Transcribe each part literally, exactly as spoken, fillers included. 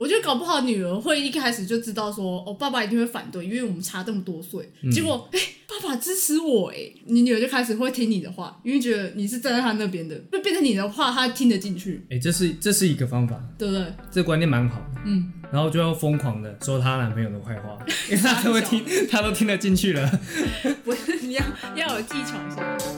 我觉得搞不好女儿会一开始就知道说，哦，爸爸一定会反对，因为我们差这么多岁。嗯、结果，哎、欸，爸爸支持我，哎，你女儿就开始会听你的话，因为觉得你是站在她那边的，就变成你的话，她听得进去。 哎、欸，这是这是一个方法， 对不对？ 这个观念蛮好的。嗯，然后就要疯狂的说她男朋友的坏话，因为她都会听，她都听得进去了。 不是，你要要有技巧性。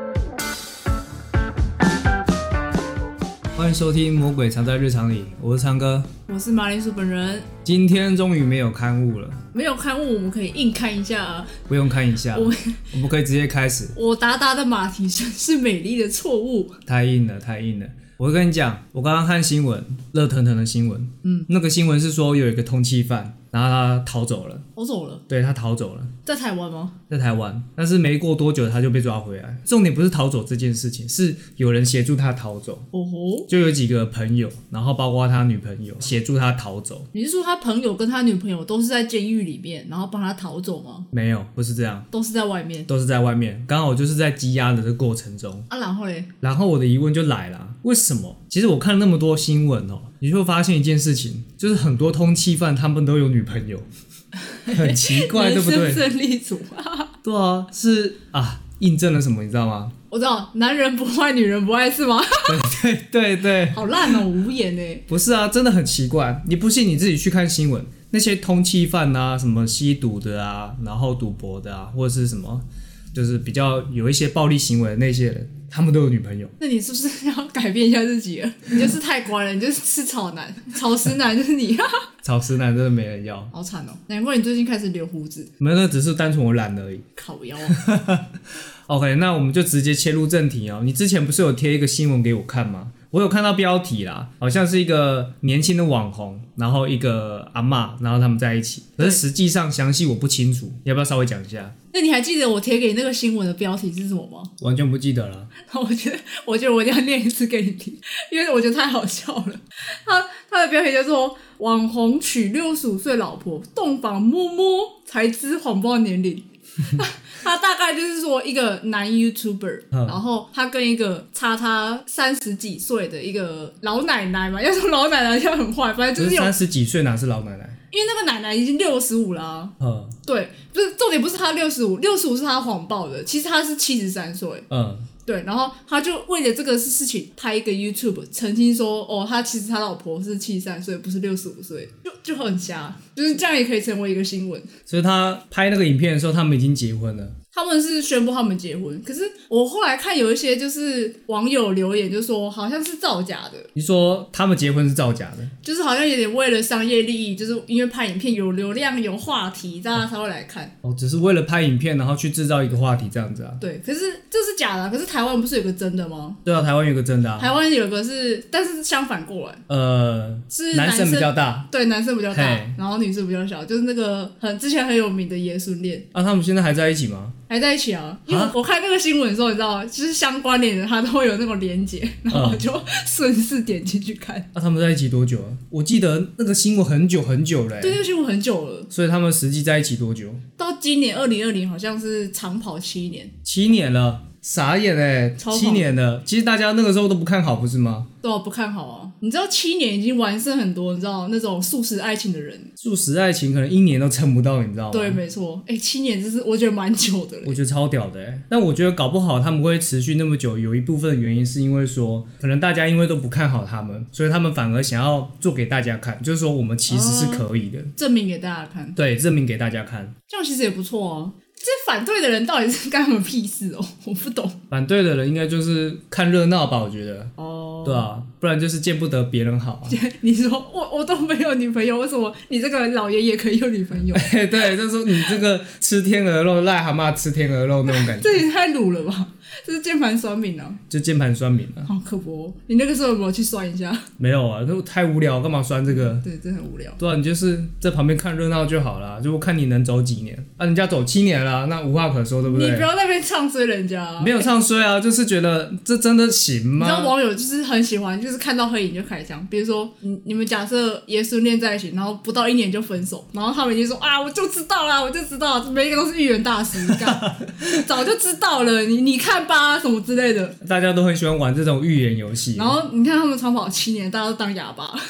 欢迎收听《魔鬼藏在日常里》，我是昌哥， 我是马铃薯本人。 今天终于没有刊物了， 没有刊物我们可以硬看一下啊。 不用看一下，我们我们可以直接开始。 我达达的马蹄声是美丽的错误， 太硬了，太硬了。我跟你讲，我刚刚看新闻，热腾腾的新闻，嗯，那个新闻是说有一个通缉犯，然后他逃走了， 逃走了， 对他逃走了， 在台湾吗？ 在台湾，但是没过多久他就被抓回来。重点不是逃走这件事情，是有人协助他逃走。 哦吼， 就有几个朋友，然后包括他女朋友协助他逃走。 你是说他朋友跟他女朋友都是在监狱里面，然后帮他逃走吗？ 没有，不是这样， 都是在外面， 都是在外面，刚好就是在羁押的这个过程中啊。然后嘞， 然后我的疑问就来了，为什么？其实我看了那么多新闻哦，你就会发现一件事情，就是很多通缉犯他们都有女朋友，很奇怪，对不对？ 人生胜利组对啊，是啊，印证了什么，你知道吗？ 我知道，男人不坏，女人不爱，是吗？ 对对对对， 好烂哦，无言哎。 不是啊，真的很奇怪。你不信你自己去看新闻，那些通缉犯啊，什么吸毒的啊，然后赌博的啊，或者是什么，就是比较有一些暴力行为的那些人，他们都有女朋友。 那你是不是要改变一下自己了？你就是太乖了，你就是吃草男，草食男就是你。 草食男真的没人要， 好惨哦！难怪你最近开始留胡子。 没有，那只是单纯我懒而已。 靠腰啊。 OK， 那我们就直接切入正题哦。你之前不是有贴一个新闻给我看吗？我有看到标题啦，好像是一个年轻的网红，然后一个阿嬷，然后他们在一起。可是实际上详细我不清楚，你要不要稍微讲一下？ 那你还记得我贴给你那个新闻的标题是什么吗？ 完全不记得了。 我觉得，我觉得我一定要念一次给你听，因为我觉得太好笑了。他他的标题叫做“网红娶六十五岁老婆，洞房摸摸才知谎报年龄”。他大概就是说一个男 YouTuber，、嗯、然后他跟一个差他三十几岁的一个老奶奶嘛，要说老奶奶就很坏，反正就是有三十几岁哪是老奶奶？ 因为那个奶奶已经六十五了、啊。嗯，对，不是重点，不是他六十五，六十五是他谎报的，其实他是七十三岁。嗯。对，然后他就为了这个事情拍一个 YouTube， 澄清说，哦，他其实他老婆是七十三岁，不是六十五岁，就就很瞎，就是这样也可以成为一个新闻。 所以他拍那个影片的时候，他们已经结婚了。 他们是宣布他们结婚，可是我后来看有一些就是网友留言就说好像是造假的。 你说他们结婚是造假的？就是好像有点为了商业利益，就是因为拍影片有流量有话题，大家才会来看。 哦，只是为了拍影片然后去制造一个话题这样子啊？ 对，可是这是假的、啊，可是台湾不是有个真的吗？ 对啊，台湾有个真的啊。 台湾有个是，但是相反过来。 呃， 是男生比较大。 对，男生比较大，然后女生比较小，就是那个很之前很有名的爷孙恋。 啊，他们现在还在一起吗？ 还在一起啊，因为我看那个新闻的时候，你知道，就是相关联的，它都会有那种连结，然后我就顺势点进去看。 那、嗯啊、他们在一起多久啊？我记得那个新闻很久很久了、欸。 对，那个新闻很久了。 所以他们实际在一起多久？ 到今年二零二零好像是长跑七年。 七年了，傻眼哎、欸！七年了，其实大家那个时候都不看好，不是吗？ 对啊，不看好啊。你知道七年已经完胜很多，你知道那种速食爱情的人， 速食爱情可能一年都撑不到，你知道吗？ 对，没错。哎、欸，七年真是我觉得蛮久的了。 我觉得超屌的哎、欸，但我觉得搞不好他们会持续那么久，有一部分的原因是因为说，可能大家因为都不看好他们，所以他们反而想要做给大家看，就是说我们其实是可以的， 嗯、证明给大家看。 对，证明给大家看， 这样其实也不错啊。这反对的人到底是干什么屁事哦？我不懂。 反对的人应该就是看热闹吧，我觉得。哦。对啊，不然就是见不得别人好、啊。 你说我我都没有女朋友，为什么你这个老爷爷可以有女朋友？ 哎，对，就是说你这个吃天鹅肉，癞蛤蟆吃天鹅肉那种感觉。 这也太鲁了吧！这是键盘酸民啊。 就键盘酸民啊。 好刻薄、哦。你那个时候有没有去酸一下？ 没有啊，那太无聊，干嘛酸这个？ 对，真的很无聊。 对啊，你就是在旁边看热闹就好了，就看你能走几年。啊，人家走七年了，那无话可说，对不对？ 你不要在那边唱衰人家、啊。 没有唱衰啊，就是觉得这真的行吗？ 你知道网友就是很喜欢，就是看到黑影就开枪。比如说，你你们假设爷孙恋在一起，然后不到一年就分手，然后他们就说啊，我就知道啦，我就知道，每一个都是预言大师，你看，早就知道了，你你看吧，什么之类的。 大家都很喜欢玩这种预言游戏。 然后你看他们长跑七年，大家都当哑巴。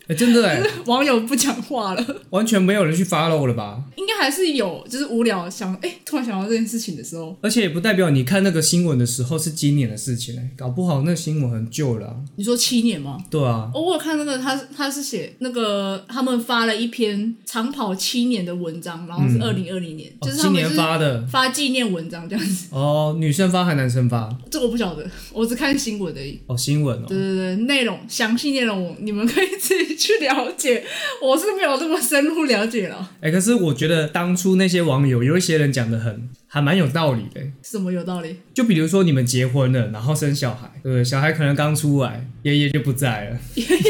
哎、真的哎、 网友不讲话了， 完全没有人去 follow 了吧？ 应该还是有，就是无聊想，哎、突然想到这件事情的时候， 而且也不代表你看那个新闻的时候是今年的事情哎、搞不好那个新闻很旧了、啊。 你说七年吗？ 对啊， 哦，我有看那个他他是写那个他们发了一篇长跑七年的文章，然后是二零二零年，就是他哦、今年们是发的发纪念文章这样子。 哦，女生发还男生发？ 这我不晓得，我只看新闻而已。 哦，新闻哦。 对对对，内容详细内容你们可以自己去了解，我是没有这么深入了解了。 哎、可是我觉得当初那些网友有一些人讲的很还蛮有道理的。 什么有道理？ 就比如说你们结婚了，然后生小孩，对不对？小孩可能刚出来，爷爷就不在了，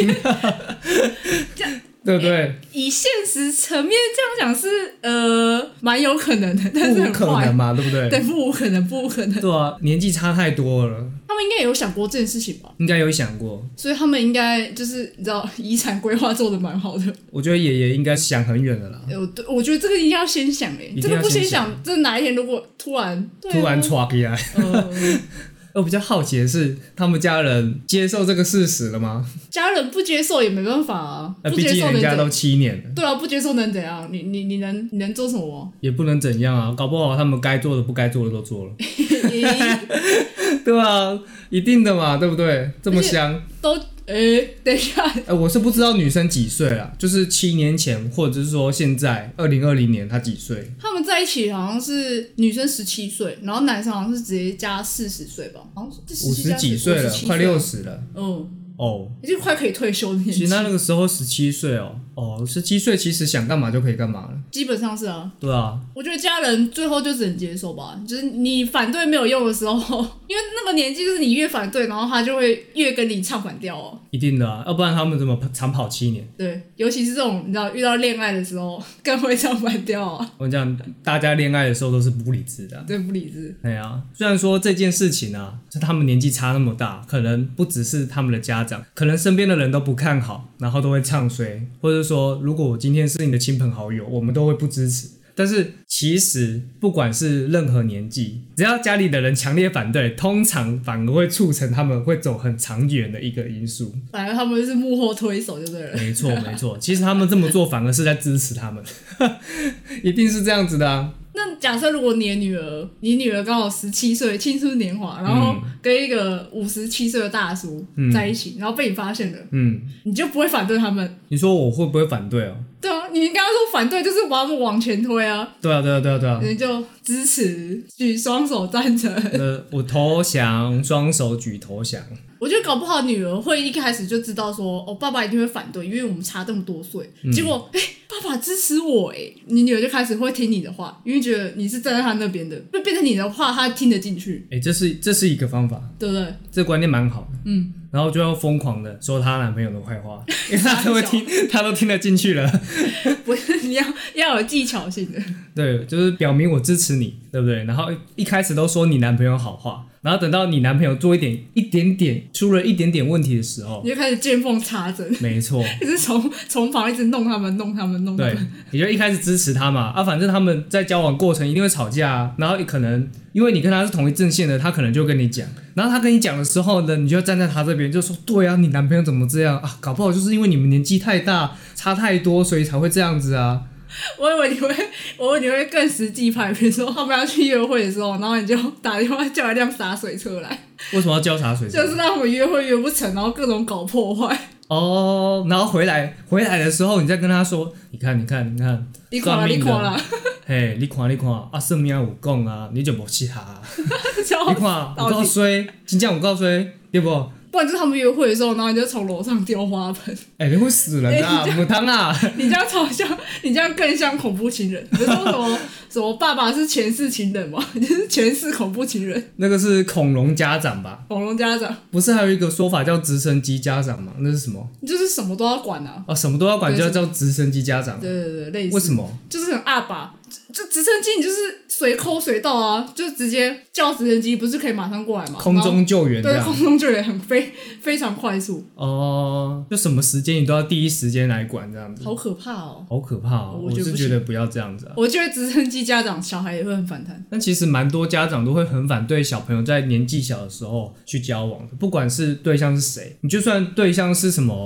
对不对？ 以现实层面这样讲是呃蛮有可能的，但是不很坏可能嘛，对不对？ 对，不可能，不可能。 对啊，年纪差太多了， 他们应该也有想过这件事情吧？ 应该有想过。 所以他们应该就是你知道遗产规划做的蛮好的。 我觉得爷爷应该想很远的啦， 欸、我对我觉得这个一定要先想哎、 一这个不定要先想先想，这哪一天如果突然、对啊、 突然歘起来。 呃， 我比较好奇的是，他们家人接受这个事实了吗？ 家人不接受也没办法啊， 呃，毕竟不接受能人家都怎？ 七年了， 对啊，不接受能怎样？你你你能你能做什么？ 也不能怎样啊，搞不好他们该做的不该做的都做了， 欸对啊，一定的嘛，对不对？这么香。 都哎、欸，等一下， 呃，我是不知道女生几岁啦，就是七年前，或者是说现在二零二零年她几岁？ 他们在一起好像是女生十七岁，然后男生好像是直接加四十岁吧，好像是五十几岁了，快六十了。 嗯， 哦， 已经快可以退休的年纪。 其实他那个时候十七岁哦，哦，十七岁其实想干嘛就可以干嘛了。 基本上是啊， 对啊， 我觉得家人最后就只能接受吧，就是你反对没有用的时候，因为那个年纪就是你越反对，然后他就会越跟你唱反调哦。 一定的啊，要不然他们怎么长跑七年？ 对，尤其是这种你知道遇到恋爱的时候，更会唱反调啊。 我跟你讲，大家恋爱的时候都是不理智的啊、 对，不理智。 对啊，虽然说这件事情啊，是他们年纪差那么大，可能不只是他们的家长，可能身边的人都不看好，然后都会唱衰，或者说，如果我今天是你的亲朋好友，我们都会不支持。但是其实不管是任何年纪，只要家里的人强烈反对，通常反而会促成他们会走很长远的一个因素。 反而他们是幕后推手，就对了。 没错，没错。其实他们这么做反而是在支持他们，一定是这样子的啊。 那假设如果你的女儿，你女儿刚好十七岁，青春年华，然后跟一个五十七岁的大叔在一起，嗯、然后被你发现了， 嗯， 你就不会反对他们？ 你说我会不会反对哦？ 对啊，你刚刚说反对就是把他们往前推啊。 对啊，对啊，对啊，对啊。 你就支持，举双手赞成。 呃，我投降，双手举投降。 我觉得搞不好女儿会一开始就知道说，哦，爸爸一定会反对，因为我们差这么多岁。嗯、结果，哎、欸，爸爸支持我，哎，你女儿就开始会听你的话，因为觉得你是站在她那边的，就变成你的话她听得进去。 哎、欸，这是这是一个方法， 对不对？ 这个观念蛮好的。 嗯。 然后就要疯狂的说她男朋友的坏话，因为她都会听，她都听得进去了。 不是，你要要有技巧性的。 对，就是表明我支持你，对不对？然后一开始都说你男朋友好话，然后等到你男朋友做一点一点点出了一点点问题的时候， 你就开始见缝插针。 没错， 一直从从旁一直弄他们，弄他们，弄他们。 对，你就一开始支持他嘛，啊，反正他们在交往过程一定会吵架啊，然后可能因为你跟他是同一阵线的，他可能就跟你讲，然后他跟你讲的时候呢，你就站在他这边，就说对啊，你男朋友怎么这样啊？搞不好就是因为你们年纪太大，差太多，所以才会这样子啊。 我以为你会，我以为你会更实际派，比如说他们要去约会的时候，然后你就打电话叫一辆洒水车来。 为什么要叫洒水车？ 就是让他们约会约不成，然后各种搞破坏。 哦，然后回来回来的时候，你再跟他说，你看，你看，你看， 你看啦，你看啦， 嘿，你看，你看，啊，算命有讲啊，你就无适合啊。你看，有够衰，真正有够衰，对不？ 不然就是他们约会的时候，然后你就从楼上丢花盆。 哎、欸，你会死人啊！母汤啊！ 你这样超像，你这样更像恐怖情人。你说什么什么爸爸是前世情人吗？你是前世恐怖情人。 那个是恐龙家长吧？ 恐龙家长不是还有一个说法叫直升机家长吗？那是什么？ 就是什么都要管啊！ 哦，什么都要管就要叫直升机家长。 对对对，类似。 为什么？ 就是很阿爸，就直升机你就是随抠随到啊，就直接叫直升机，不是可以马上过来吗？ 空中救援这样。 对，空中救援很非非常快速。 哦，就什么时间你都要第一时间来管这样子。 好可怕哦！ 好可怕哦！我, 我是觉得不要这样子啊。 我觉得直升机家长小孩也会很反弹。 但其实蛮多家长都会很反对小朋友在年纪小的时候去交往的，不管是对象是谁，你就算对象是什么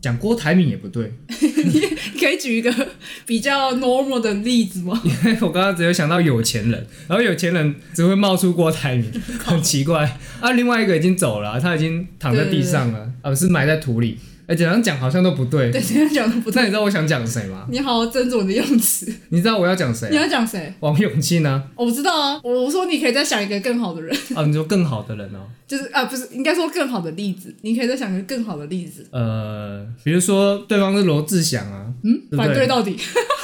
讲郭台铭也不对， 你可以举一个比较 normal 的例子吗？ 因为我刚刚只有想到有钱人，然后有钱人只会冒出郭台铭，很奇怪啊。另外一个已经走了、啊，他已经躺在地上了，而、啊、是埋在土里。哎，怎样讲好像都不对。 对，怎样讲都不对。 那你知道我想讲谁吗？ 你好好斟酌你的用词。 你知道我要讲谁、啊？ 你要讲谁？ 王永庆啊。 我知道啊，我我说你可以再想一个更好的人。 啊，你说更好的人哦。 就是啊，不是，应该说更好的例子。你可以再想一个更好的例子。 呃，比如说对方是罗志祥啊。 嗯， 对对反对到底。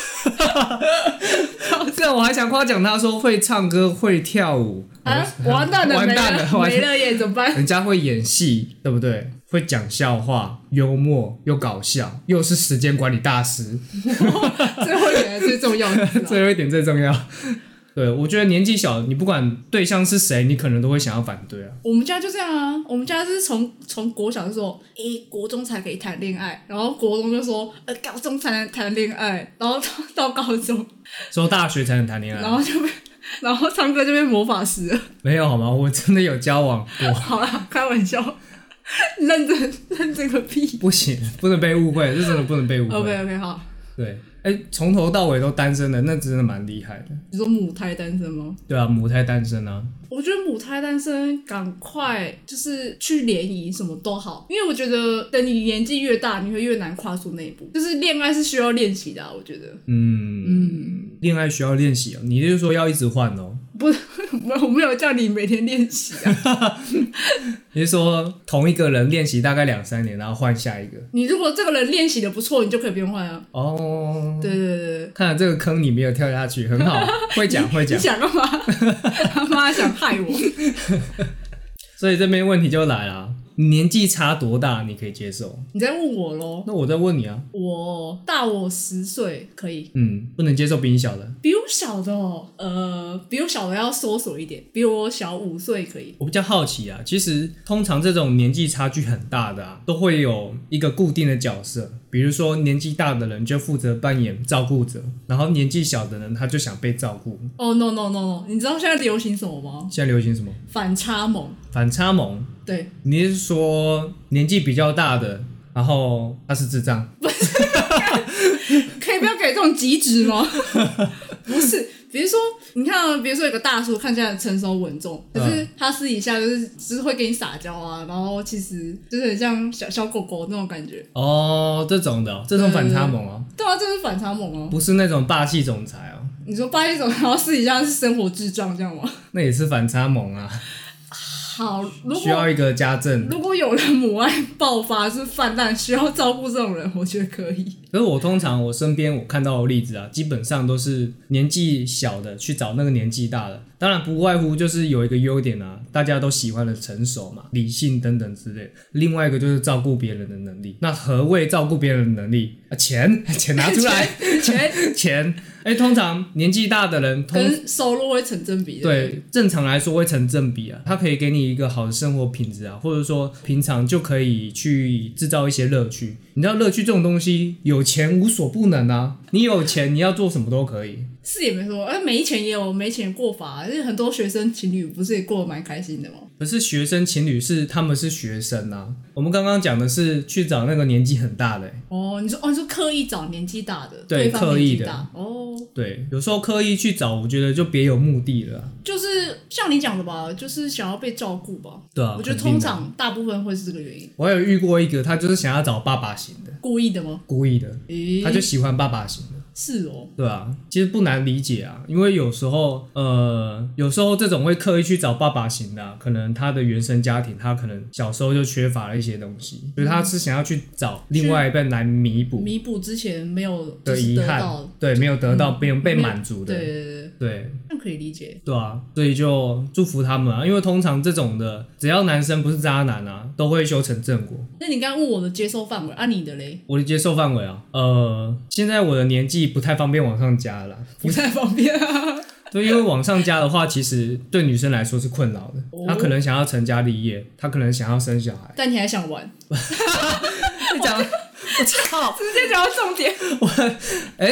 这样我还想夸奖他说会唱歌会跳舞。 啊，完蛋了， 完蛋了， 没了耶，怎么办？ 人家会演戏，对不对？会讲笑话，幽默又搞笑，又是时间管理大师。 最后一点最重要的， 最后一点最重要。对，我觉得年纪小，你不管对象是谁，你可能都会想要反对啊。 我们家就这样啊，我们家就是从从国小就说，诶、欸，国中才可以谈恋爱，然后国中就说，呃，高中才能谈恋爱，然后到到高中， 说大学才能谈恋爱， 然后就被，然后唱歌就变魔法师了。 没有好吗？我真的有交往过。 好啦，开玩笑。认真认真个屁！ 不行，不能被误会，这真的不能被误会。 OK OK 好。 对，哎、欸，从头到尾都单身的，那真的蛮厉害的。 你说母胎单身吗？ 对啊，母胎单身啊。 我觉得母胎单身赶快就是去联谊什么都好，因为我觉得等你年纪越大，你会越难跨出那一步。就是恋爱是需要练习的、啊，我觉得。 嗯嗯，恋爱需要练习哦。你就是说要一直换哦？ 不是，我没有叫你每天练习啊。 你是说同一个人练习大概两三年，然后换下一个？ 你如果这个人练习的不错，你就可以不用换啊。 哦， 对对对， 看来这个坑你没有跳下去，很好，会讲会讲。 你想干嘛？他妈想害我。 所以这边问题就来了，年纪差多大你可以接受？ 你在问我咯？ 那我在问你啊。 我大我十岁可以。 嗯，不能接受比你小的。 比我小的哦，呃，比我小的要缩缩一点，比我小五岁可以。 我比较好奇啊，其实通常这种年纪差距很大的啊，都会有一个固定的角色，比如说年纪大的人就负责扮演照顾者，然后年纪小的人他就想被照顾。 哦、oh, no no no no， 你知道现在流行什么吗？ 现在流行什么？ 反差萌。 反差萌。 对， 你是说年纪比较大的，然后他是智障？ 不是，可以不要给这种极致吗？不是，比如说，你看、啊，比如说有个大叔看起来成熟稳重，可是他私底下就是就是会跟你撒娇啊，然后其实就是很像小小狗狗那种感觉。 哦，这种的、哦，这种反差萌哦。 对啊，这是反差萌哦， 不是那种霸气总裁哦。 你说霸气总裁，然后私底下是生活智障这样吗？ 那也是反差萌啊。 好，如果需要一个家政。 如果有人母爱爆发是泛滥，需要照顾这种人，我觉得可以。 可是我通常我身边我看到的例子啊，基本上都是年纪小的去找那个年纪大的，当然不外乎就是有一个优点啊，大家都喜欢的成熟嘛、理性等等之类。另外一个就是照顾别人的能力。那何谓照顾别人的能力啊？钱，钱拿出来， 钱， 钱。哎、欸，通常年纪大的人， 跟收入会成正比。 对，对，正常来说会成正比啊。他可以给你一个好的生活品质啊，或者说平常就可以去制造一些乐趣。你知道乐趣这种东西，有钱无所不能啊。你有钱，你要做什么都可以。 是也没错，而没钱也有没钱过法，而且很多学生情侣不是也过得蛮开心的吗？ 可是学生情侣是他们是学生啊，我们刚刚讲的是去找那个年纪很大的、欸。 哦，你说哦，你说刻意找年纪大的， 对， 对方刻意的。 哦， 对，有时候刻意去找，我觉得就别有目的了、啊。 就是像你讲的吧，就是想要被照顾吧。 对啊， 我觉得通常大部分会是这个原因。 我还有遇过一个，他就是想要找爸爸型的。 故意的吗？ 故意的， 欸、 他就喜欢爸爸型的。 是哦， 对啊，其实不难理解啊，因为有时候，呃，有时候这种会刻意去找爸爸型的、啊，可能他的原生家庭，他可能小时候就缺乏了一些东西，所以他是想要去找另外一半来弥补， 弥补之前没有的遗憾，对，没有得到，没有被满足的， 对对对对， 那可以理解， 对啊，所以就祝福他们啊，因为通常这种的，只要男生不是渣男啊，都会修成正果。 那你刚刚问我的接受范围，啊，你的嘞？ 我的接受范围啊，呃，现在我的年纪不太方便往上加了啦， 不太方便啊。 对，因为往上加的话，其实对女生来说是困扰的。 哦、 她可能想要成家立业，她可能想要生小孩， 但你还想玩。 你讲，我操， 直接讲到重点。 我，哎、欸，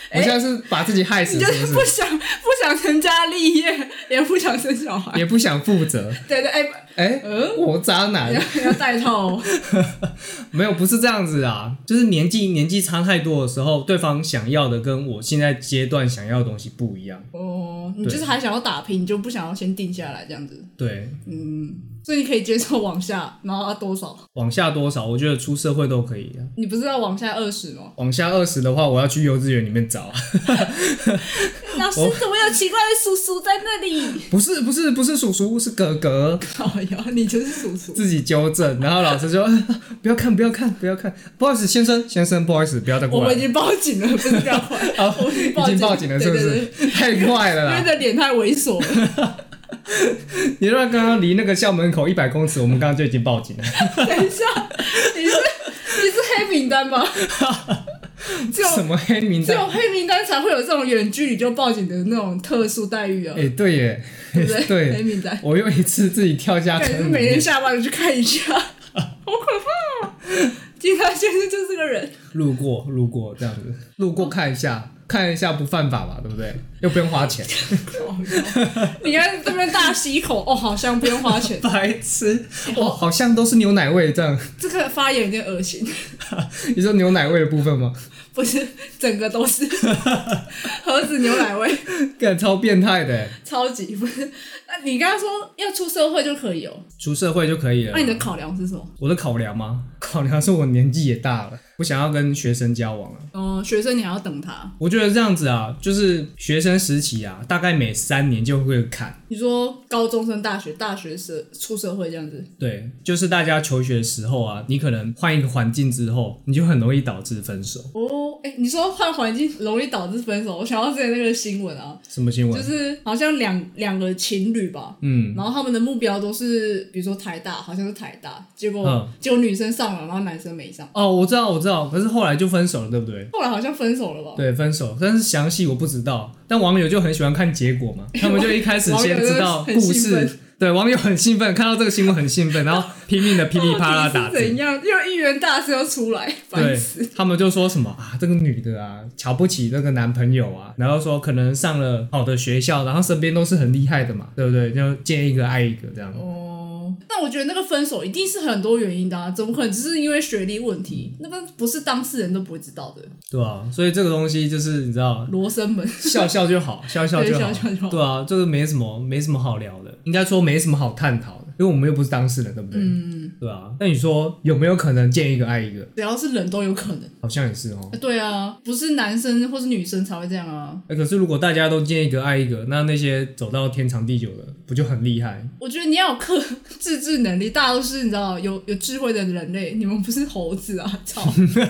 我现在是把自己害死， 你就是是不是？ 不想不想成家立业，也不想生小孩， 也不想负责。 对对，哎、欸、 哎、欸嗯，我渣男， 要要戴套、哦。 没有，不是这样子啊，就是年纪年纪差太多的时候，对方想要的跟我现在阶段想要的东西不一样。 哦，你就是还想要打拼，你就不想要先定下来这样子。 对， 嗯。所以你可以接受往下，然后要多少？ 往下多少？我觉得出社会都可以啊。 你不是要往下二十吗？ 往下二十的话，我要去幼稚园里面找。 老师，怎么有奇怪的叔叔在那里？ 不是不是不是叔叔，是哥哥。 哎呀，你就是叔叔。 自己纠正，然后老师说不要看不要看不要看，不好意思先生先生不好意思不要再过来。 我们已经报警了，不是不要快。 哦，我已经报警了，是不是？ 对对对， 太快了啦！ 因为你的脸太猥琐了。 你说刚刚离那个校门口一百公尺，我们刚刚就已经报警了。 等一下，你是你是黑名单吗？只有什么黑名单？ 只有黑名单才会有这种远距离就报警的那种特殊待遇啊！ 哎、欸，对耶， 对不对？ 对， 黑名单。 我有一次自己跳下坑里面， 每天下班就去看一下，好可怕、啊！警察先生就是个人， 路过路过这样子，路过看一下。看一下不犯法吧，对不对？又不用花钱。 你看这边大吸一口，哦，好像不用花钱。 白痴，哦，好像都是牛奶味这样。 这个发言有点恶心。 你说牛奶味的部分吗？ 不是，整个都是盒子牛奶味， 干超变态的， 超级不是。那你刚刚说要出社会就可以哦？ 出社会就可以了。 那你的考量是什么？ 我的考量吗？考量是我年纪也大了，不想要跟学生交往了。 哦、呃，学生你还要等他？ 我觉得这样子啊，就是学生时期啊，大概每三年就会砍。 你说高中升大学，大学社出社会这样子？ 对，就是大家求学的时候啊，你可能换一个环境之后，你就很容易导致分手。 哦，哎，你说换环境容易导致分手，我想到之前那个新闻啊。 什么新闻？ 就是好像两两个情侣吧，嗯，然后他们的目标都是，比如说台大，好像是台大，结果、嗯、结果女生上了，然后男生没上。 哦，我知道，我知道，可是后来就分手了，对不对？ 后来好像分手了吧？ 对，分手，但是详细我不知道。但网友就很喜欢看结果嘛，他们就一开始先知道故事。对，网友很兴奋，看到这个新闻很兴奋，然后拼命的噼里啪啦打字。 怎样？又议员大师要出来，烦死！ 他们就说什么啊，这个女的啊，瞧不起那个男朋友啊，然后说可能上了好的学校，然后身边都是很厉害的嘛，对不对？就见一个爱一个这样。 哦，那我觉得那个分手一定是很多原因的啊，怎么可能只是因为学历问题？那个不是当事人都不会知道的。 对啊，所以这个东西就是你知道， 罗生门， 笑笑就好，笑笑就好， 笑笑就好。 对啊，这个没什么，没什么好聊的，应该说没什么好探讨的，因为我们又不是当事人，对不对？嗯，对啊。那你说有没有可能见一个爱一个？ 只要是人都有可能， 好像也是哦。 对啊，不是男生或是女生才会这样啊。 欸、可是如果大家都见一个爱一个，那那些走到天长地久的，不就很厉害？ 我觉得你要有克自制能力，大家都是你知道有有智慧的人类，你们不是猴子啊！操。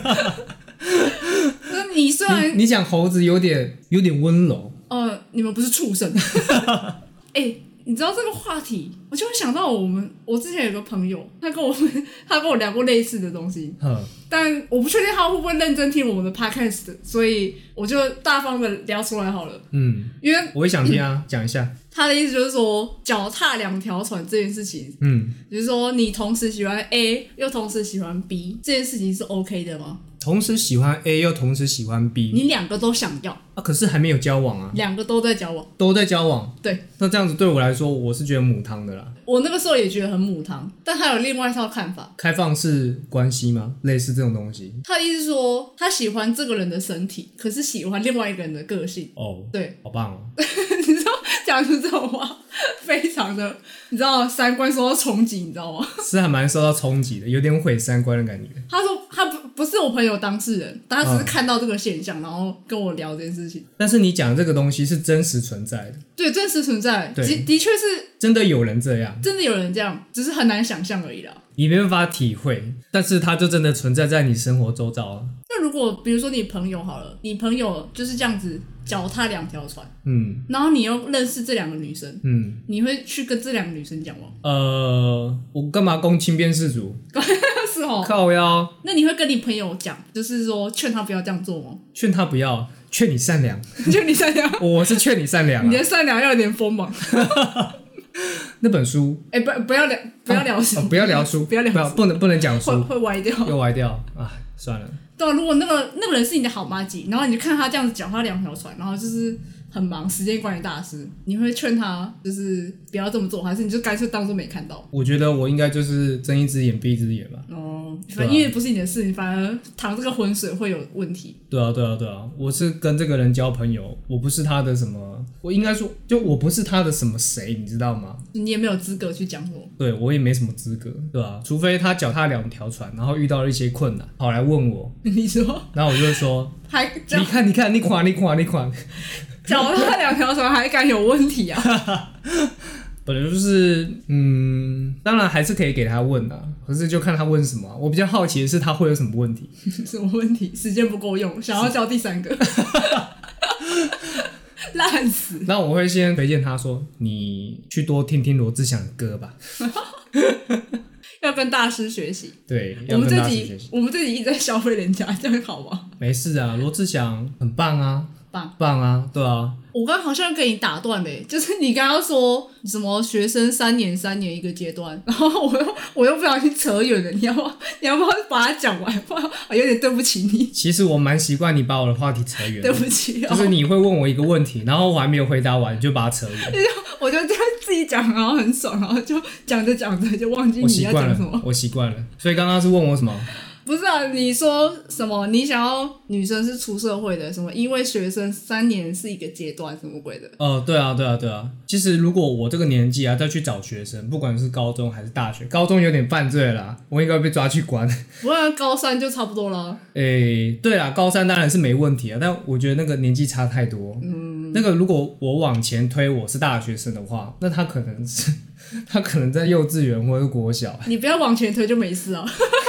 那你虽然你讲猴子有点有点温柔， 呃，你们不是畜生。哎、欸，你知道这个话题，我就会想到我们，我之前有个朋友，他跟我他跟我聊过类似的东西，但我不确定他会不会认真听我们的 podcast， 所以我就大方的聊出来好了。嗯，因为我也想听啊，讲、嗯、一下。 他的意思就是说，脚踏两条船这件事情，嗯，就是说你同时喜欢 A 又同时喜欢 B 这件事情是 OK 的吗？ 同时喜欢 A 又同时喜欢 B， 你两个都想要啊，可是还没有交往啊， 两个都在交往， 都在交往， 对， 那这样子对我来说，我是觉得母汤的啦。 我那个时候也觉得很母汤，但他有另外一套看法。开放式关系吗？类似这种东西？ 他的意思是说，他喜欢这个人的身体，可是喜欢另外一个人的个性。 哦， 对， 好棒哦！ 你知道讲出这种话，非常的，你知道三观受到冲击，你知道吗？ 是还蛮受到冲击的，有点毁三观的感觉。 他说他不不是我朋友当事人，但他只是看到这个现象，嗯、然后跟我聊这件事情。 但是你讲这个东西是真实存在的， 对，真实存在，的的确是真的有人这样， 真的有人这样，只是很难想象而已啦。 你没办法体会，但是它就真的存在在你生活周遭啊。 那如果比如说你朋友好了，你朋友就是这样子脚踏两条船，嗯，然后你又认识这两个女生，嗯，你会去跟这两个女生讲吗？呃， 我干嘛攻亲辨世族？ 是哦， 靠腰。 那你会跟你朋友讲，就是说劝他不要这样做吗？ 劝他不要，劝你善良， 劝你善良。 我是劝你善良、啊， 你的善良要有点锋芒。 那本书， 哎、欸，不，不要聊，不要聊书、 啊哦，不要聊书， 不要聊书， 不能不能讲书， 会会歪掉， 又歪掉啊！算了， 对啊，如果那个那个人是你的好妈吉，然后你就看他这样子脚踏两条船，然后就是很忙，时间管理大师，你会劝他就是不要这么做，还是你就干脆当做没看到？ 我觉得我应该就是睁一只眼闭一只眼吧。 哦，反正因为不是你的事，你反而淌这个浑水会有问题。 对啊，对啊，对啊，我是跟这个人交朋友，我不是他的什么，我应该说，就我不是他的什么谁，你知道吗？ 你也没有资格去讲我。 对，我也没什么资格，对吧、啊？除非他脚踏两条船，然后遇到了一些困难，跑来问我， 你说， 然后我就会说， 还你看，你看，你看，你看，你看， 脚踏两条船还敢有问题啊？ 本来就是，嗯，当然还是可以给他问的，可是就看他问什么、啊。我比较好奇的是他会有什么问题？ 什么问题？时间不够用，想要交第三个，烂死。 那我会先推荐他说，你去多听听罗志祥的歌吧。 要跟大师学习。 对， 我要跟们这集大师学习。 我们这集一直在消费人家，这样好吗？ 没事啊，罗志祥很棒啊， 棒棒啊，对啊。 我刚刚好像给你打断嘞，就是你刚刚说什么学生三年三年一个阶段，然后我又我又不小心扯远了，你要不要你要不要把它讲完？不然我有点对不起你。 其实我蛮习惯你把我的话题扯远， 对不起、哦， 就是你会问我一个问题，然后我还没有回答完，你就把它扯远。 我就这样自己讲，然后很爽，然后就讲着讲着就忘记我你习惯了要讲什么。， 我习惯了。所以刚刚是问我什么？ 不是啊，你说什么？你想要女生是出社会的，什么？因为学生三年是一个阶段，什么鬼的？ 哦，对啊，对啊，对啊。其实如果我这个年纪啊，再去找学生，不管是高中还是大学，高中有点犯罪了啦，我应该会被抓去关。 不然高三就差不多了。 诶，对啦，高三当然是没问题啊，但我觉得那个年纪差太多。嗯，那个如果我往前推，我是大学生的话，那他可能是他可能在幼稚园或者是国小。 你不要往前推就没事啊。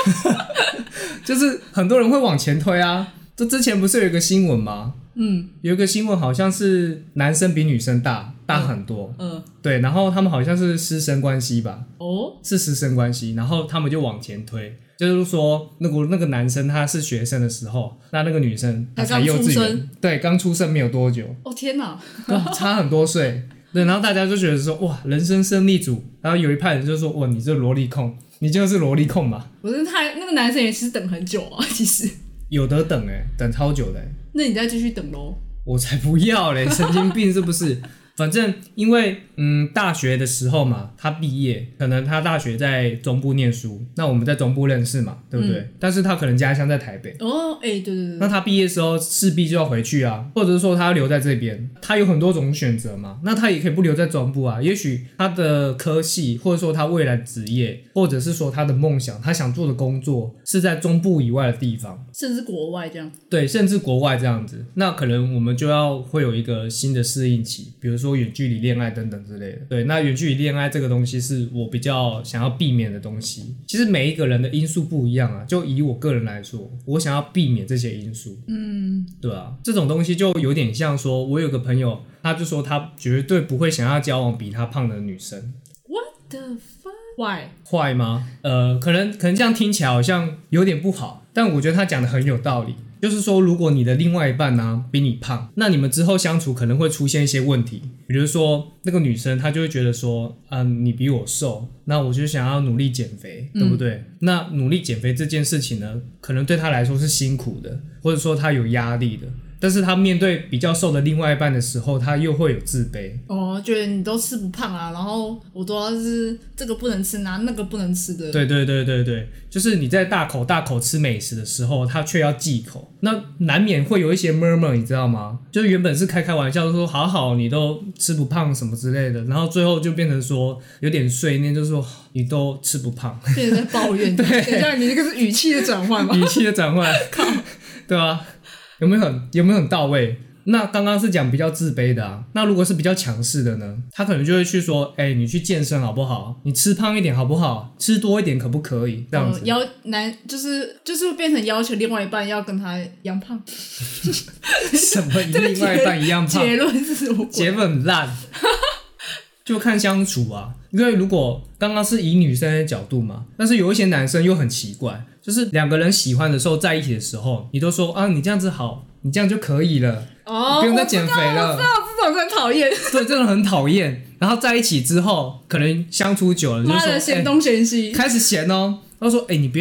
就是很多人会往前推啊。这之前不是有一个新闻吗？ 嗯， 有一个新闻好像是男生比女生大大很多。 嗯，嗯对，然后他们好像是师生关系吧？ 哦， 是师生关系，然后他们就往前推，就是说那个那个男生他是学生的时候，那那个女生她才幼稚园，对，刚出生没有多久。 哦天哪， 对，差很多岁。对，然后大家就觉得说哇，人生胜利组，然后有一派人就说哇，你这萝莉控，你就是萝莉控嘛。 不是他那个男生也是等很久啊，其实。 有得等哎、欸，等超久的哎、欸。 那你再继续等咯。 我才不要嘞，神经病是不是？反正因为嗯，大学的时候嘛，他毕业，可能他大学在中部念书，那我们在中部认识嘛，对不对？嗯、但是他可能家乡在台北。 哦，哎、欸，对对对。 那他毕业的时候势必就要回去啊，或者是说他要留在这边，他有很多种选择嘛。那他也可以不留在中部啊，也许他的科系，或者说他未来的职业，或者是说他的梦想，他想做的工作是在中部以外的地方， 甚至国外这样。 对，甚至国外这样子。那可能我们就要会有一个新的适应期，比如说远距离恋爱等等之类的。对，那远距离恋爱这个东西是我比较想要避免的东西。其实每一个人的因素不一样啊，就以我个人来说，我想要避免这些因素。嗯，对啊，这种东西就有点像说，我有个朋友，他就说他绝对不会想要交往比他胖的女生。 What the fuck? Why? 坏吗？呃，可能可能这样听起来好像有点不好，但我觉得他讲的很有道理。就是说，如果你的另外一半呢、啊、比你胖，那你们之后相处可能会出现一些问题。比如说，那个女生她就会觉得说，嗯，你比我瘦，那我就想要努力减肥，对不对？嗯、那努力减肥这件事情呢，可能对她来说是辛苦的，或者说她有压力的。但是他面对比较瘦的另外一半的时候，他又会有自卑。 哦，觉得你都吃不胖啊，然后我都要是这个不能吃，拿那个不能吃的。 对对对对对，就是你在大口大口吃美食的时候，他却要忌口，那难免会有一些 murmur， 你知道吗？就是原本是开开玩笑说好好你都吃不胖什么之类的，然后最后就变成说有点碎念，就是说你都吃不胖， 变成在抱怨。对，等一下你这个是语气的转换吗？ 语气的转换，靠，对吧？有没有很有没有很到位？那刚刚是讲比较自卑的啊，那如果是比较强势的呢？他可能就会去说，哎、欸，你去健身好不好？你吃胖一点好不好？吃多一点可不可以？这样子， 嗯、要男就是就是变成要求另外一半要跟他一样胖。 什么另外一半一样胖？ 结论是什么？ 结论很烂。就看相处啊，因为如果刚刚是以女生的角度嘛，但是有一些男生又很奇怪，就是两个人喜欢的时候在一起的时候，你都说啊你这样子好，你这样就可以了， 哦， 不用再减肥了。 我知道，这种很讨厌。 对，这种很讨厌。然后在一起之后，可能相处久了，就说嫌东嫌西、 欸，开始嫌哦。他说：“哎、欸，你不要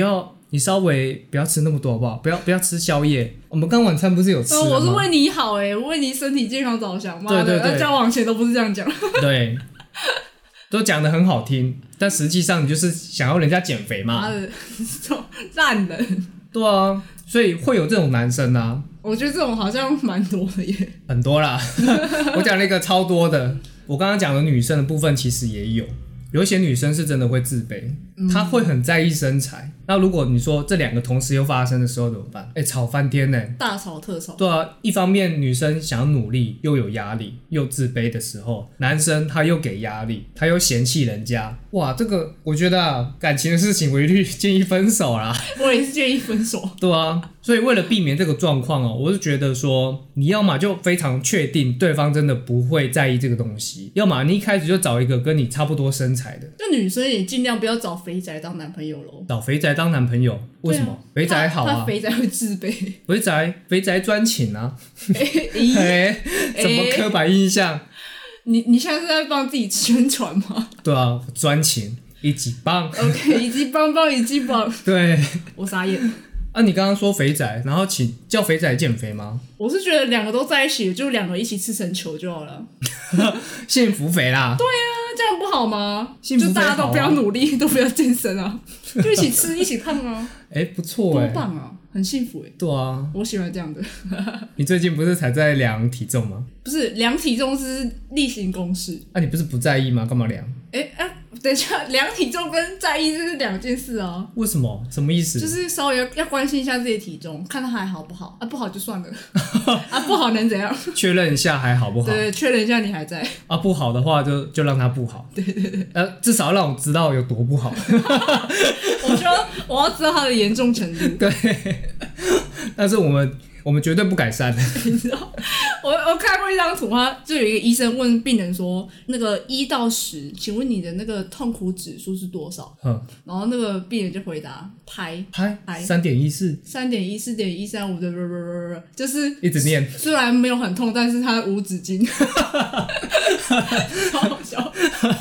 你稍微不要吃那么多好不好？不要不要吃宵夜。我们刚晚餐不是有吃了吗？ 我是为你好哎、欸，为你身体健康着想。 对对对， 交往前都不是这样讲。 对，都讲得很好听，但实际上你就是想要人家减肥嘛。 妈的，这种烂人。 对啊，所以会有这种男生啊。 我觉得这种好像蛮多的耶。 很多啦，我讲了一个超多的。我刚刚讲的女生的部分其实也有。有一些女生是真的会自卑，嗯、她会很在意身材。那如果你说这两个同时又发生的时候怎么办？哎、欸，吵翻天呢、欸！ 大吵特吵。 对啊，一方面女生想要努力，又有压力，又自卑的时候，男生他又给压力，他又嫌弃人家。哇，这个我觉得啊，感情的事情我一律建议分手啦。 我也是建议分手。 对啊，所以为了避免这个状况哦，我是觉得说，你要嘛就非常确定对方真的不会在意这个东西，要么你一开始就找一个跟你差不多身材的。 就女生也尽量不要找肥宅当男朋友咯。 找肥宅当男朋友，为什么？啊、肥宅好啊， 他肥宅会自卑。 肥宅肥宅专情啊！ 哎、欸， 什么刻板印象？欸、 你你现在是在帮自己宣传吗？ 对啊，专情一级棒。 OK， 一级棒棒一级棒。 对， 我傻眼。 啊，你刚刚说肥仔，然后请叫肥仔减肥吗？ 我是觉得两个都在一起，就两个一起吃成球就好了。 幸福肥啦。 对啊，这样不好吗？ 幸福肥好啊， 就大家都不要努力，都不要健身啊，就一起吃一起胖啊。 哎、欸，不错哎、欸， 多棒啊，很幸福哎、欸。 对啊， 我喜欢这样的。 你最近不是才在量体重吗？ 不是，量体重是例行公事。 啊，你不是不在意吗？干嘛量？ 哎、欸、啊，等一下，量体重跟在意这是两件事啊。 为什么？什么意思？ 就是稍微要要关心一下自己的体重，看他还好不好啊？不好就算了。啊，不好能怎样？ 确认一下还好不好？ 对，确认一下你还在。 啊，不好的话就就让他不好。 对对对。 呃，至少让我知道有多不好。 我说我要知道他的严重程度。 对。但是我们我们绝对不改善。 你知道，我我看过一张图，他就有一个医生问病人说，那个一到十，请问你的那个痛苦指数是多少？嗯，然后那个病人就回答拍拍拍三点一四， 三点一四点一三五的，就是一直念， 虽然没有很痛，但是他无止境，超好笑，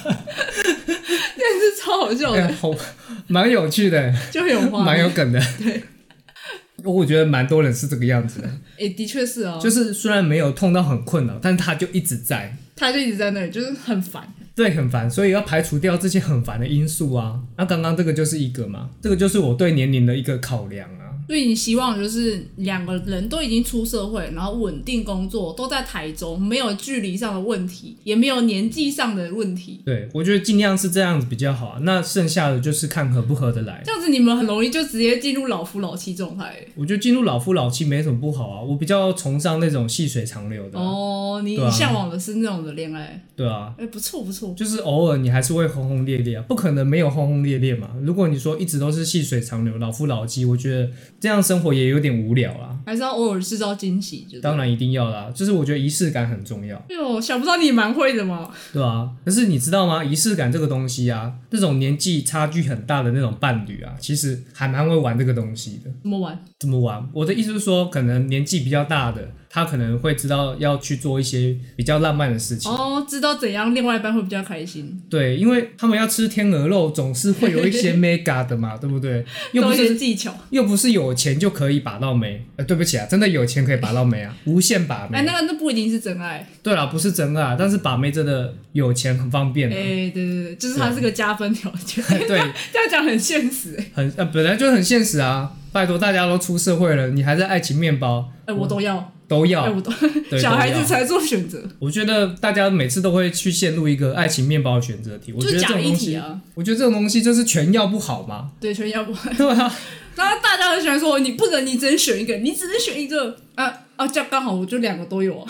真的是超好笑的， 欸、好蛮有趣的， 就很有画面， 蛮有梗的， 对。 我觉得蛮多人是这个样子的， 哎、欸，的确是哦， 就是虽然没有痛到很困扰，但他就一直在， 他就一直在那里，就是很烦， 对，很烦，所以要排除掉这些很烦的因素啊。那刚刚这个就是一个嘛，这个就是我对年龄的一个考量啊。 所以你希望就是两个人都已经出社会，然后稳定工作，都在台中，没有距离上的问题，也没有年纪上的问题。 对，我觉得尽量是这样子比较好啊。那剩下的就是看合不合得来。 这样子你们很容易就直接进入老夫老妻状态。 我觉得进入老夫老妻没什么不好啊，我比较崇尚那种细水长流的、啊。 哦，你啊、 向往的是那种的恋爱。 对啊。 哎、欸，不错不错。 就是偶尔你还是会轰轰烈烈啊，不可能没有轰轰烈烈嘛。如果你说一直都是细水长流、老夫老妻，我觉得这样生活也有点无聊啦。 还是要偶尔制造惊喜。 当然一定要啦，就是我觉得仪式感很重要。 哎呦，想不到你蛮会的嘛。 对啊，可是你知道吗？仪式感这个东西啊，那种年纪差距很大的那种伴侣啊，其实还蛮会玩这个东西的。 怎么玩？ 怎么玩？我的意思是说，可能年纪比较大的，他可能会知道要去做一些比较浪漫的事情。 哦，知道怎样另外一半会比较开心。 对，因为他们要吃天鹅肉，总是会有一些 mega 的嘛，对不对？又不是技巧， 又不是有钱就可以把到妹。呃，对不起啊，真的有钱可以把到妹啊，无限把妹。 哎，那个那不一定是真爱。 对啦，不是真爱，但是把妹真的有钱很方便。 哎、欸，对对对，就是它是个加分条件。 对， 这样讲很现实、欸。 很呃，本来就很现实啊。拜托，大家都出社会了，你还在爱情面包？ 哎、欸，我都要， 都要， 欸、我都小孩子才做选择。 我觉得大家每次都会去陷入一个爱情面包的选择题。我觉得这种东西， 啊、 我觉得这种东西就是全要不好嘛。 对，全要不好。 对啊。 然后大家很喜欢说，你不能，你只能选一个，你只能选一个啊啊！这样刚好我就两个都有啊。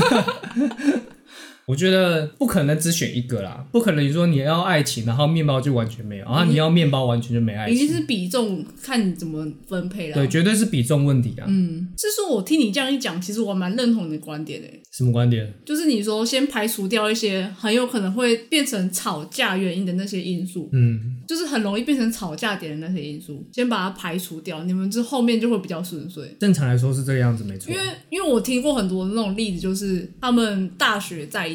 我觉得不可能只选一个啦，不可能你说你要爱情，然后面包就完全没有，然后你要面包完全就没爱情， 一定是比重，看你怎么分配啦。 对，绝对是比重问题啊。 嗯，是说我听你这样一讲，其实我蛮认同你的观点诶。 什么观点？ 就是你说先排除掉一些很有可能会变成吵架原因的那些因素， 嗯， 就是很容易变成吵架点的那些因素，先把它排除掉，你们之后面就会比较顺遂。 正常来说是这个样子，没错。 因为因为我听过很多那种例子，就是他们大学在一起。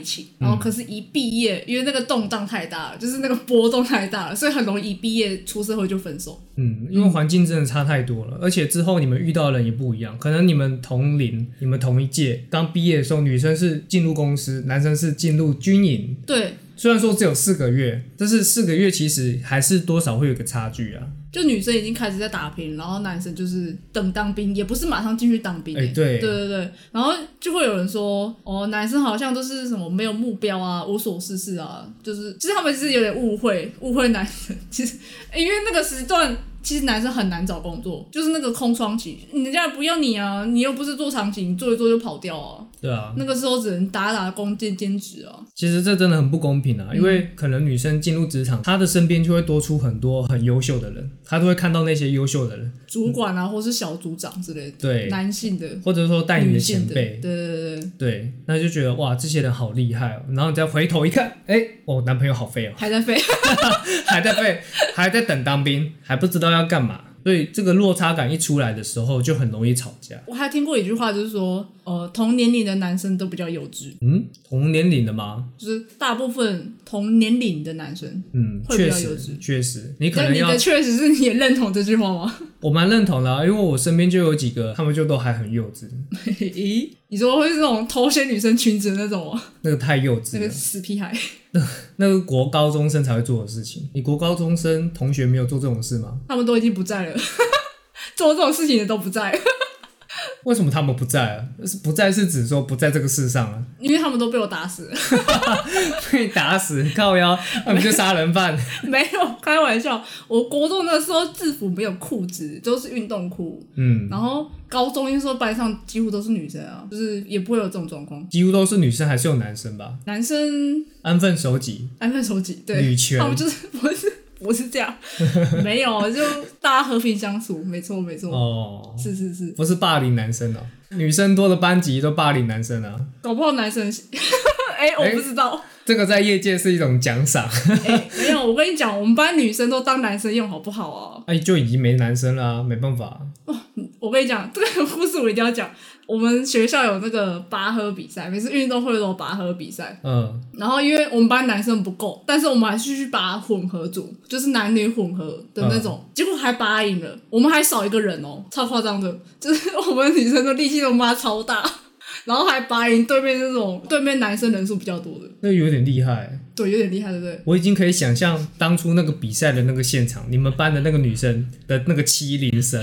情，然后可是一毕业，因为那个动荡太大了，就是那个波动太大了，所以很容易一毕业出社会就分手。 嗯，因为环境真的差太多了，而且之后你们遇到的人也不一样，可能你们同龄，你们同一届，刚毕业的时候，女生是进入公司，男生是进入军营。 对， 虽然说只有四个月，但是四个月其实还是多少会有一个差距啊。 就女生已经开始在打拼，然后男生就是等当兵，也不是马上进去当兵、欸。 哎、欸，对， 对对对，然后就会有人说，哦，男生好像都是什么没有目标啊，无所事事啊，就是其实他们是有点误会，误会男生。其实、欸、因为那个时段。其实男生很难找工作，就是那个空窗期，人家不要你啊，你又不是做长期，你做一做就跑掉啊。 对啊， 那个时候只能打打工兼兼职啊。 其实这真的很不公平啊，因为可能女生进入职场，她的身边就会多出很多很优秀的人，她都会看到那些优秀的人， 主管啊，或是小组长之类的， 对， 男性的， 或者说带你的前辈， 对对对对，那就觉得哇，这些人好厉害哦，然后你再回头一看，哎，哦，男朋友好废哦， 还在废， 还在废，还在等当兵，还不知道要干嘛。所以这个落差感一出来的时候，就很容易吵架。 我还听过一句话，就是说，呃，同年龄的男生都比较幼稚。 嗯，同年龄的吗？ 就是大部分同年龄的男生， 嗯， 会比较幼稚。 确实，你可能要。 那你的确实是你也认同这句话吗？ 我蛮认同的啊，因为我身边就有几个，他们就都还很幼稚。 咦，你说会是那种偷掀女生裙子的那种吗？ 那个太幼稚了， 那个死屁孩。 那个国高中生才会做的事情，你国高中生同学没有做这种事吗？ 他们都已经不在了，做这种事情的都不在。 为什么他们不在啊？不在是指说不在这个世上啊？ 因为他们都被我打死了。 被打死，靠腰，他们就杀人犯。 没有，开玩笑。我国中那时候制服没有裤子，都是运动裤。嗯，然后高中那时候班上几乎都是女生啊，就是也不会有这种状况。 几乎都是女生，还是有男生吧？ 男生安分守己， 安分守己，对， 女权， 他们就是不是。不是这样，没有，就大家和平相处，没错没错。哦，是是是， 不是霸凌男生哦，女生多的班级都霸凌男生啊， 搞不好男生，哎、欸，我不知道、欸， 这个在业界是一种奖赏。 哎、欸，没有，我跟你讲，我们班女生都当男生用，好不好啊？ 哎，就已经没男生了、啊，没办法。 哦，我跟你讲，这个故事我一定要讲。我们学校有那个拔河比赛，每次运动会都有拔河比赛。嗯，然后因为我们班男生不够，但是我们还是去拔混合组，就是男女混合的那种，嗯、结果还拔赢了，我们还少一个人哦，超夸张的，就是我们女生的力气都妈超大，然后还拔赢对面那种对面男生人数比较多的， 那有点厉害。 对，有点厉害，对不对？ 我已经可以想象当初那个比赛的那个现场，你们班的那个女生的那个欺凌声，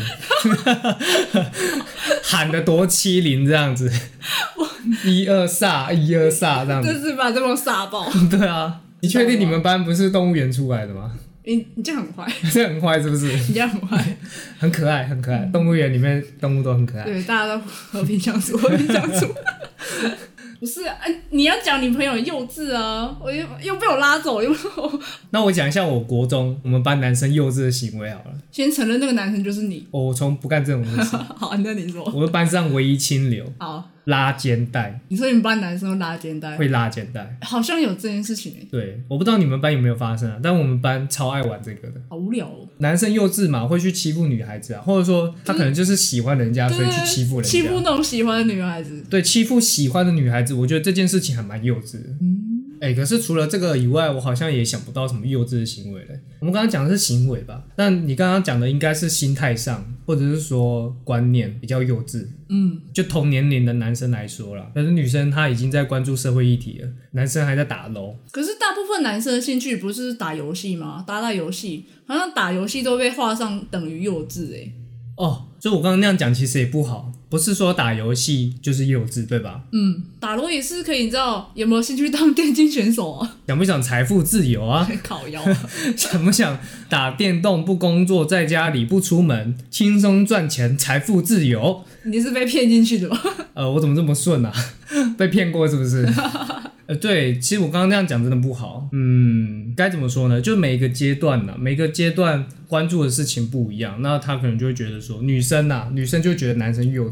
喊得多欺凌这样子，一二煞，一二煞这样子， 就是把这么煞爆。 对啊，你确定你们班不是动物园出来的吗？ 你你这样很坏， 这很坏是不是？ 你这样很坏， 很可爱，很可爱。动物园里面动物都很可爱， 对，大家都和平相处，和平相处。不是啊，你要讲你朋友幼稚啊，我又又被我拉走，又那我讲一下我国中我们班男生幼稚的行为好了。 先承认那个男生就是你。 我从不干这种事。 好，那你说。 我是班上唯一清流。 好。 拉肩带。 你说你们班男生会拉肩带？ 会拉肩带， 好像有这件事情诶、欸。 对，我不知道你们班有没有发生啊，但我们班超爱玩这个的。 好无聊哦。 男生幼稚嘛，会去欺负女孩子啊，或者说他可能就是喜欢人家，所以去欺负人家。 欺负那种喜欢的女孩子。 对，欺负喜欢的女孩子，我觉得这件事情还蛮幼稚的。嗯。哎、欸，可是除了这个以外，我好像也想不到什么幼稚的行为了。我们刚刚讲的是行为吧，但你刚刚讲的应该是心态上，或者是说观念比较幼稚。嗯，就同年龄的男生来说啦，但是女生她已经在关注社会议题了，男生还在打 L O。 可是大部分男生的兴趣不是打游戏吗？打打游戏，好像打游戏都被画上等于幼稚哎、欸。 哦，所以我刚刚那样讲其实也不好，不是说打游戏就是幼稚，对吧？ 嗯，打 L O 也是可以，你知道有没有兴趣当电竞选手啊？ 想不想财富自由啊？ 靠腰。 想不想打电动不工作，在家里不出门，轻松赚钱，财富自由？ 你是被骗进去的吗？ 呃，我怎么这么顺啊？被骗过是不是？呃，对，其实我刚刚那样讲真的不好。嗯，该怎么说呢？就每一个阶段呢，每个阶段关注的事情不一样，那他可能就会觉得说，女生啊，女生就会觉得男生幼稚，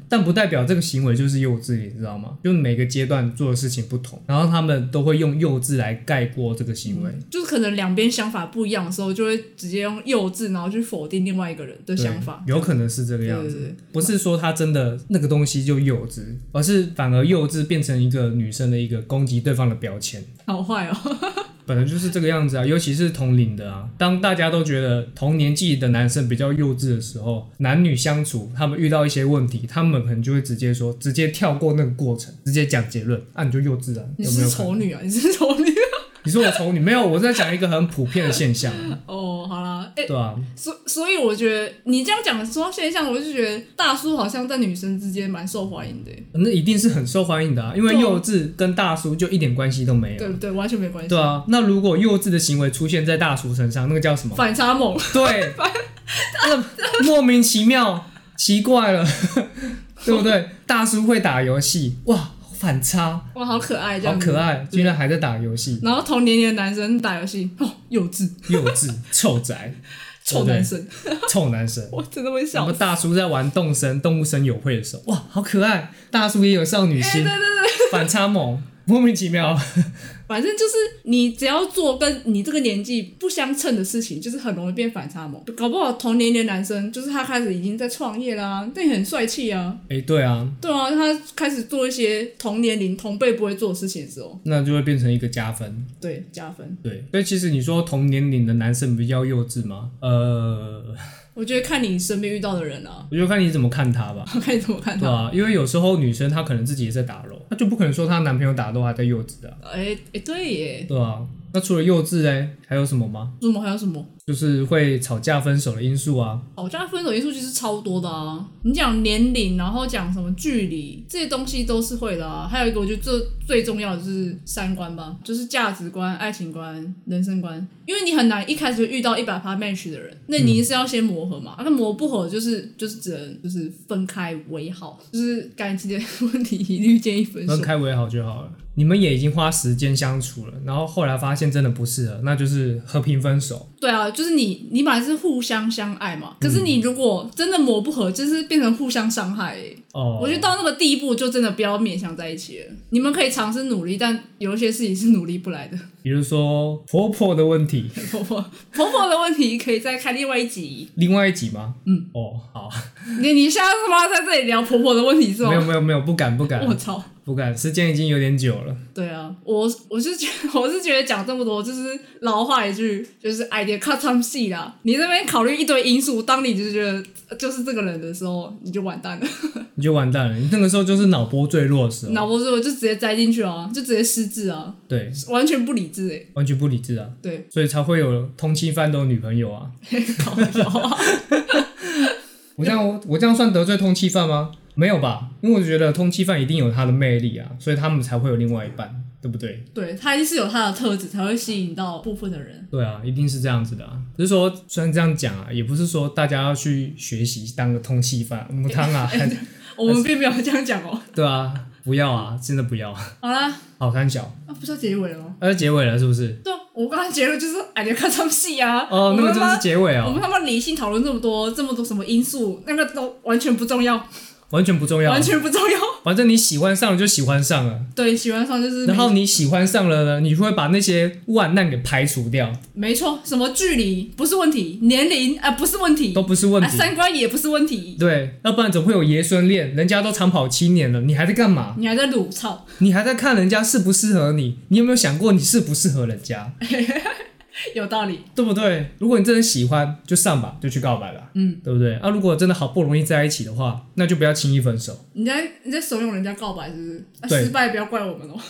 但不代表这个行为就是幼稚，你知道吗？就每个阶段做的事情不同，然后他们都会用幼稚来概括这个行为、 嗯、就是可能两边想法不一样的时候，就会直接用幼稚然后去否定另外一个人的想法， 有可能是这个样子。对对对，不是说他真的那个东西就幼稚，而是反而幼稚变成一个女生的一个攻击对方的标签。 好坏哦本来就是这个样子啊，尤其是同龄的啊。当大家都觉得同年纪的男生比较幼稚的时候，男女相处，他们遇到一些问题，他们可能就会直接说，直接跳过那个过程，直接讲结论啊，你就幼稚啊。 你是丑女啊？你是丑女啊？ 你说我丑女？没有，我在讲一个很普遍的现象。 哦，好啦，欸、 对啊， 所所以我觉得你这样讲说现象，我就觉得大叔好像在女生之间蛮受欢迎的。 那一定是很受欢迎的啊，因为幼稚跟大叔就一点关系都没有。 对对，完全没关系。 对啊，那如果幼稚的行为出现在大叔身上，那个叫什么？ 反差萌。 对，那莫名其妙，奇怪了，对不对？大叔会打游戏，哇！反差， 哇，好可爱，这样好可爱，居然还在打游戏。 然后同年龄的男生打游戏，哦，幼稚， 幼稚，臭宅， 臭男生， 臭男生， 我真的会笑死。 什么大叔在玩动森动物森友会的时候，哇，好可爱，大叔也有少女心， 欸、对对对， 反差萌，莫名其妙。 反正就是你只要做跟你这个年纪不相称的事情，就是很容易变反差萌。搞不好同年龄的男生，就是他开始已经在创业啦、啊，但也很帅气啊。 哎、欸，对啊， 对啊，他开始做一些同年龄同辈不会做的事情的时候， 那就会变成一个加分。 对，加分。 对，所以其实你说同年龄的男生比较幼稚吗？呃。 我觉得看你身边遇到的人啊， 我就看你怎么看他吧。 看你怎么看他。 对啊，因为有时候女生她可能自己也在打肉，她就不可能说她男朋友打肉还在幼稚啊。 哎、欸、哎、欸，对耶。 对啊，那除了幼稚嘞，还有什么吗？ 什么还有什么？就是会吵架分手的因素啊。 吵架分手因素其实超多的啊。你讲年龄，然后讲什么距离，这些东西都是会的啊。还有一个，我觉得这最重要的就是三观吧，就是价值观、爱情观、人生观。因为你很难一开始就遇到一百趴 match 的人，那你是要先磨合嘛。那、嗯啊、磨不合就是就是只能就是分开为好，就是感情的问题一律建议分手。 分开为好就好了。你们也已经花时间相处了，然后后来发现真的不适合，那就是和平分手。 对啊，就是你你本来是互相相爱嘛，可是你如果真的磨不合，就是变成互相伤害、欸。哦，我觉得到那个地步就真的不要勉强在一起了。你们可以尝试努力，但有一些事情是努力不来的。 比如说婆婆的问题， 婆婆婆婆的问题可以再开另外一集。 另外一集吗？ 嗯， 哦，好。 你你现在他妈在这里聊婆婆的问题是吗？ 没有没有没有，不敢不敢。 我操！ 不敢，时间已经有点久了。 对啊，我我是觉得我是觉得讲这么多，就是老话一句，就是 idea cut some 戏啦。你这边考虑一堆因素，当你就觉得就是这个人的时候，你就完蛋了。 你就完蛋了，你那个时候就是脑波最弱的时候。 脑波最弱就直接栽进去啊，就直接失智啊。 对， 完全不理智哎、欸， 完全不理智啊。 对， 所以才会有通缉犯都有女朋友啊。 搞笑啊！ 我这样我这样算得罪通缉犯吗？没有吧，因为我觉得通缉犯一定有他的魅力啊，所以他们才会有另外一半，对不对？ 对，他一定是有他的特质才会吸引到部分的人。 对啊，一定是这样子的啊。只是说虽然这样讲啊，也不是说大家要去学习当个通缉犯母汤啊、欸欸。 我们并没有这样讲哦。 对啊，不要啊，真的不要。 好啦， 好三小啊，不是要结尾了吗？ 要结尾了是不是？ 对，我刚才结论就是哎，你看场戏啊。 哦，那个真的是结尾哦。 我们他妈理性讨论这么多这么多什么因素，那个都完全不重要。 完全不重要， 完全不重要。 反正你喜欢上了就喜欢上了， 对，喜欢上就是。 然后你喜欢上了呢，你就会把那些万难给排除掉。 没错，什么距离不是问题，年龄啊、呃、不是问题， 都不是问题， 啊、三观也不是问题。 对，要不然怎么会有爷孙恋？人家都长跑七年了，你还在干嘛？ 你还在鲁操？ 你还在看人家适不适合你？你有没有想过你适不适合人家？ 有道理， 对不对？如果你真的喜欢，就上吧，就去告白吧，嗯，对不对？啊，如果真的好不容易在一起的话，那就不要轻易分手。 你在你在怂恿人家告白是不是？啊、失败不要怪我们哦。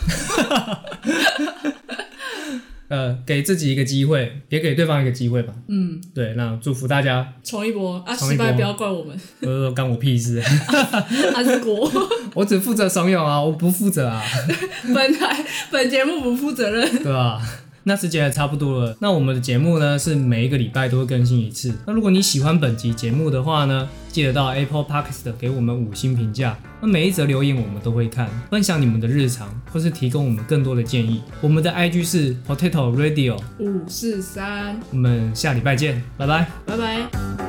呃，给自己一个机会，也给对方一个机会吧。嗯，对，那祝福大家冲一波啊！失败不要怪我们。 呃，干我屁事。 他是国， 我只负责怂恿啊，我不负责啊。 本台本节目不负责任， 对吧？那时间也差不多了，那我们的节目呢是每一个礼拜都会更新一次。那如果你喜欢本集节目的话呢，记得到 Apple Podcast 给我们五星评价。那每一则留言我们都会看，分享你们的日常，或是提供我们更多的建议。我们的 I G 是 Potato Radio 五四三， 我们下礼拜见，拜拜， 拜拜。